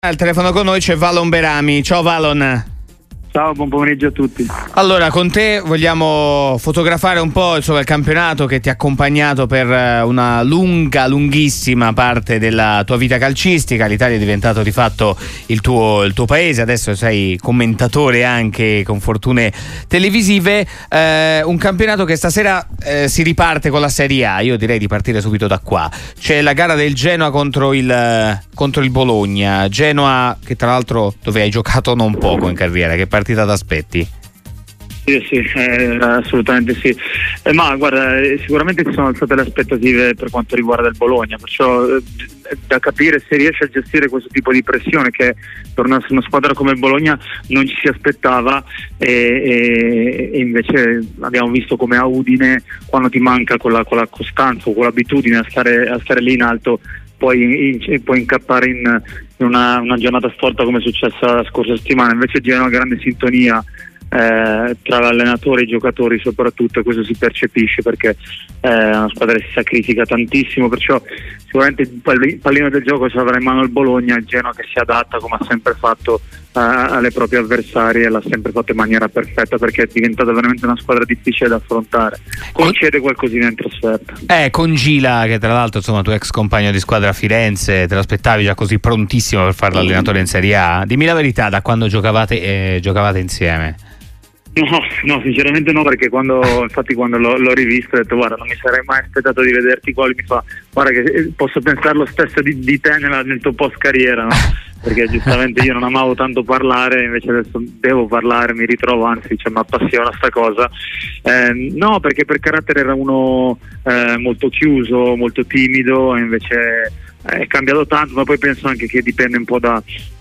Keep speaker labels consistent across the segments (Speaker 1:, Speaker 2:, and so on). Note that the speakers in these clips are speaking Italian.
Speaker 1: Al telefono con noi c'è Valon Berami. Ciao Valon.
Speaker 2: Ciao, buon pomeriggio a tutti.
Speaker 1: Allora, con te vogliamo fotografare un po' il campionato che ti ha accompagnato per una lunghissima parte della tua vita calcistica. L'Italia è diventato di fatto il tuo paese, adesso sei commentatore anche con fortune televisive. Un campionato che stasera si riparte con la Serie A. Io direi di partire subito da qua. C'è la gara del Genoa contro il Bologna. Genoa, che tra l'altro dove hai giocato non poco in carriera. Che partita t'aspetti?
Speaker 2: Sì, assolutamente sì. Ma guarda, sicuramente si sono alzate le aspettative per quanto riguarda il Bologna, perciò da capire se riesce a gestire questo tipo di pressione che per una squadra come il Bologna non ci si aspettava, e invece abbiamo visto come a Udine, quando ti manca con la costanza o con l'abitudine a stare lì in alto, puoi incappare in una giornata storta come è successa la scorsa settimana. Invece c'è una grande sintonia tra l'allenatore e i giocatori soprattutto, e questo si percepisce perché è una squadra che si sacrifica tantissimo, perciò sicuramente il pallino del gioco ce l'avrà in mano il Bologna, il Genoa che si adatta come ha sempre fatto alle proprie avversarie, e l'ha sempre fatto in maniera perfetta perché è diventata veramente una squadra difficile da affrontare. Concede qualcosina in trasferta.
Speaker 1: Con Gila, che tra l'altro insomma tuo ex compagno di squadra a Firenze, te l'aspettavi già così prontissimo per fare l'allenatore in Serie A? Dimmi la verità, da quando giocavate insieme?
Speaker 2: No, sinceramente no, perché quando l'ho rivisto ho detto guarda, non mi sarei mai aspettato di vederti qua. Mi fa guarda che posso pensare lo stesso di te nel tuo post carriera, no? Perché giustamente io non amavo tanto parlare, invece adesso devo parlare, mi ritrovo, anzi mi appassiona sta cosa. No, perché per carattere era uno molto chiuso, molto timido, e invece è cambiato tanto, ma poi penso anche che dipende un po' da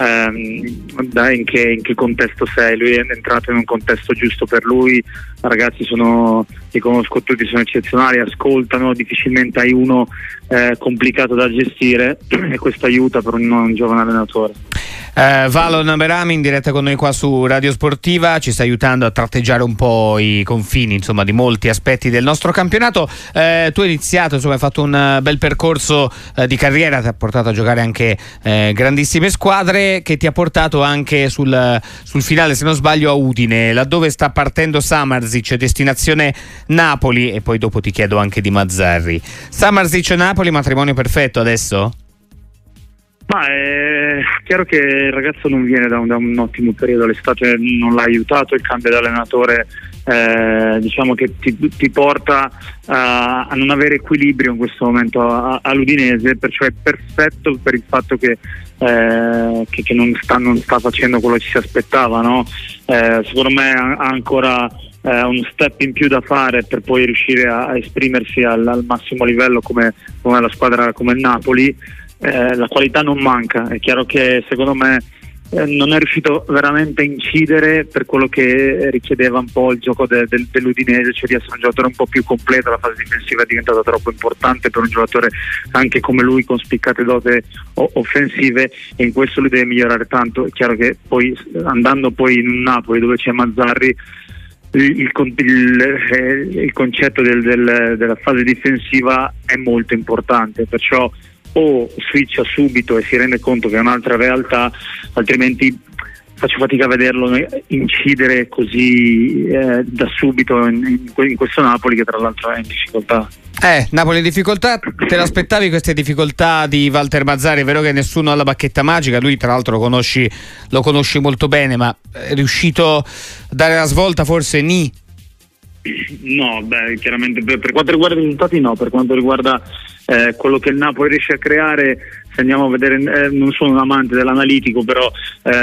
Speaker 2: in che contesto sei. Lui è entrato in un contesto giusto per lui, i ragazzi li conosco tutti, sono eccezionali, ascoltano, difficilmente hai uno complicato da gestire, e questo aiuta per un giovane allenatore.
Speaker 1: Valon Berami in diretta con noi qua su Radio Sportiva, ci sta aiutando a tratteggiare un po' i confini insomma di molti aspetti del nostro campionato. Tu hai iniziato, insomma, hai fatto un bel percorso di carriera, ti ha portato a giocare anche grandissime squadre, che ti ha portato anche sul finale, se non sbaglio, a Udine, laddove sta partendo Samardžić, destinazione Napoli, e poi dopo ti chiedo anche di Mazzarri. Samardžić-Napoli, matrimonio perfetto adesso?
Speaker 2: Ma è chiaro che il ragazzo non viene da un ottimo periodo, l'estate non l'ha aiutato, il cambio di allenatore diciamo che ti porta a non avere equilibrio in questo momento all'Udinese, perciò è perfetto per il fatto che non sta facendo quello che ci si aspettava, no? Secondo me ha ancora un step in più da fare per poi riuscire a esprimersi al massimo livello come la squadra come il Napoli. La qualità non manca, è chiaro che secondo me non è riuscito veramente a incidere per quello che richiedeva un po' il gioco dell'Udinese, cioè di essere un giocatore un po' più completo. La fase difensiva è diventata troppo importante per un giocatore anche come lui, con spiccate dote offensive, e in questo lui deve migliorare tanto. È chiaro che poi andando poi in un Napoli dove c'è Mazzarri, il concetto della fase difensiva è molto importante, perciò o switcha subito e si rende conto che è un'altra realtà, altrimenti faccio fatica a vederlo incidere così da subito in questo Napoli, che tra l'altro è in difficoltà.
Speaker 1: Napoli in difficoltà, te l'aspettavi queste difficoltà di Walter Mazzarri? È vero che nessuno ha la bacchetta magica, lui tra l'altro lo conosci molto bene, ma è riuscito a dare la svolta forse ni?
Speaker 2: No, chiaramente per quanto riguarda i risultati no, per quanto riguarda quello che il Napoli riesce a creare, se andiamo a vedere, non sono un amante dell'analitico, però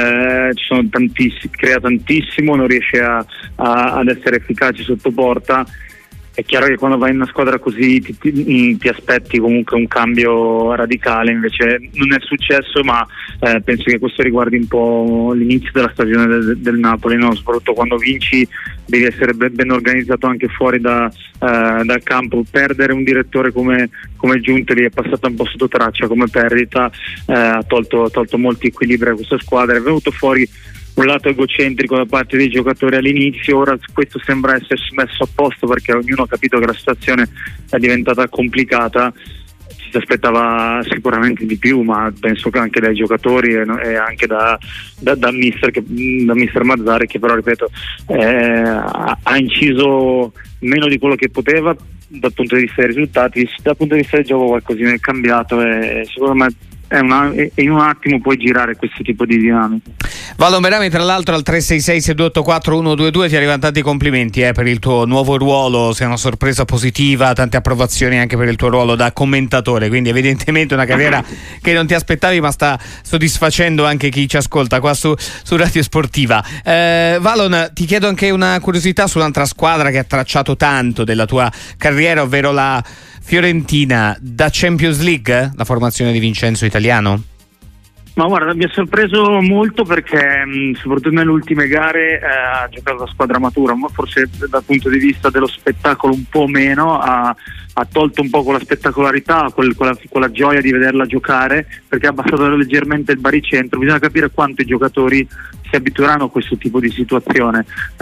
Speaker 2: crea tantissimo, non riesce ad essere efficace sotto porta. È chiaro che quando vai in una squadra così ti aspetti comunque un cambio radicale, invece non è successo, ma penso che questo riguardi un po' l'inizio della stagione del Napoli, no? Soprattutto quando vinci devi essere ben organizzato anche fuori dal campo. Perdere un direttore come Giuntoli è passata un po' sotto traccia come perdita, ha tolto molti equilibri a questa squadra, è venuto fuori un lato egocentrico da parte dei giocatori all'inizio. Ora questo sembra essere messo a posto perché ognuno ha capito che la situazione è diventata complicata. si aspettava sicuramente di più, ma penso che anche dai giocatori e anche da mister Mazzarri, che però ripeto ha inciso meno di quello che poteva dal punto di vista dei risultati. Dal punto di vista del gioco qualcosina è cambiato e secondo me in un attimo puoi girare questo tipo di dinamica.
Speaker 1: Valon Berami, tra l'altro al 366-6284-122 ti arrivano tanti complimenti per il tuo nuovo ruolo, sei una sorpresa positiva, tante approvazioni anche per il tuo ruolo da commentatore, quindi evidentemente una carriera che non ti aspettavi, ma sta soddisfacendo anche chi ci ascolta qua su Radio Sportiva. Valon, ti chiedo anche una curiosità su un'altra squadra che ha tracciato tanto della tua carriera, ovvero la Fiorentina. Da Champions League la formazione di Vincenzo Italiano?
Speaker 2: Ma guarda, mi ha sorpreso molto perché soprattutto nelle ultime gare ha giocato la squadra matura, ma forse dal punto di vista dello spettacolo un po' meno, ha tolto un po' quella spettacolarità, quella gioia di vederla giocare, perché ha abbassato leggermente il baricentro. Bisogna capire quanto i giocatori si abitueranno a questo tipo di situazione,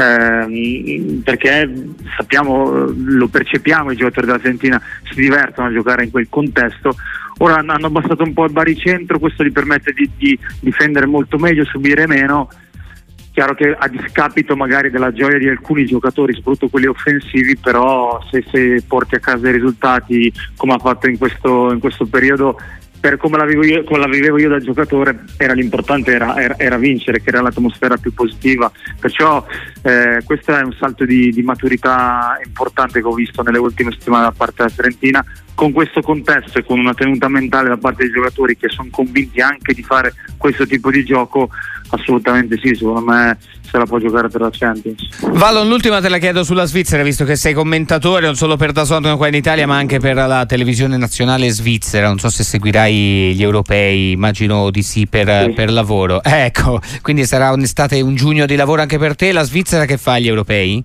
Speaker 2: perché sappiamo, lo percepiamo, i giocatori della Fiorentina si divertono a giocare in quel contesto. Ora hanno abbassato un po' il baricentro, questo gli permette di difendere molto meglio, subire meno. Chiaro che a discapito magari della gioia di alcuni giocatori, soprattutto quelli offensivi, però se porti a casa i risultati come ha fatto in questo periodo, per come la vivevo io da giocatore, l'importante era vincere, che era l'atmosfera più positiva. Perciò questo è un salto di maturità importante che ho visto nelle ultime settimane da parte della Fiorentina, con questo contesto e con una tenuta mentale da parte dei giocatori che sono convinti anche di fare questo tipo di gioco. Assolutamente sì, secondo me se la può giocare per la Champions.
Speaker 1: Valon, l'ultima te la chiedo sulla Svizzera, visto che sei commentatore non solo per DAZN qua in Italia ma anche per la televisione nazionale svizzera. Non so se seguirai gli europei, immagino di sì per lavoro. Ecco, quindi sarà un'estate, un giugno di lavoro anche per te. La Svizzera che fa agli europei?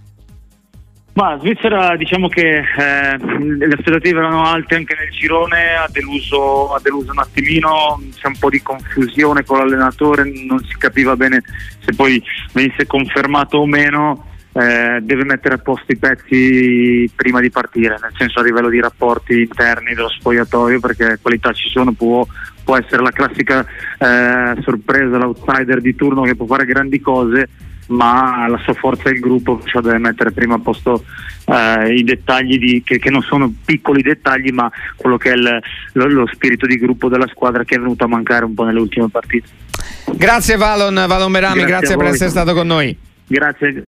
Speaker 2: Ma la Svizzera, diciamo che le aspettative erano alte anche nel girone, ha deluso un attimino, c'è un po' di confusione con l'allenatore, non si capiva bene se poi venisse confermato o meno. Deve mettere a posto i pezzi prima di partire, nel senso a livello di rapporti interni dello spogliatoio, perché qualità ci sono, può essere la classica sorpresa, l'outsider di turno che può fare grandi cose, ma la sua forza è il gruppo, cioè deve mettere prima a posto i dettagli che non sono piccoli dettagli, ma quello che è lo spirito di gruppo della squadra, che è venuto a mancare un po' nelle ultime partite.
Speaker 1: Grazie Valon Berami, grazie per essere stato con noi.
Speaker 2: Grazie.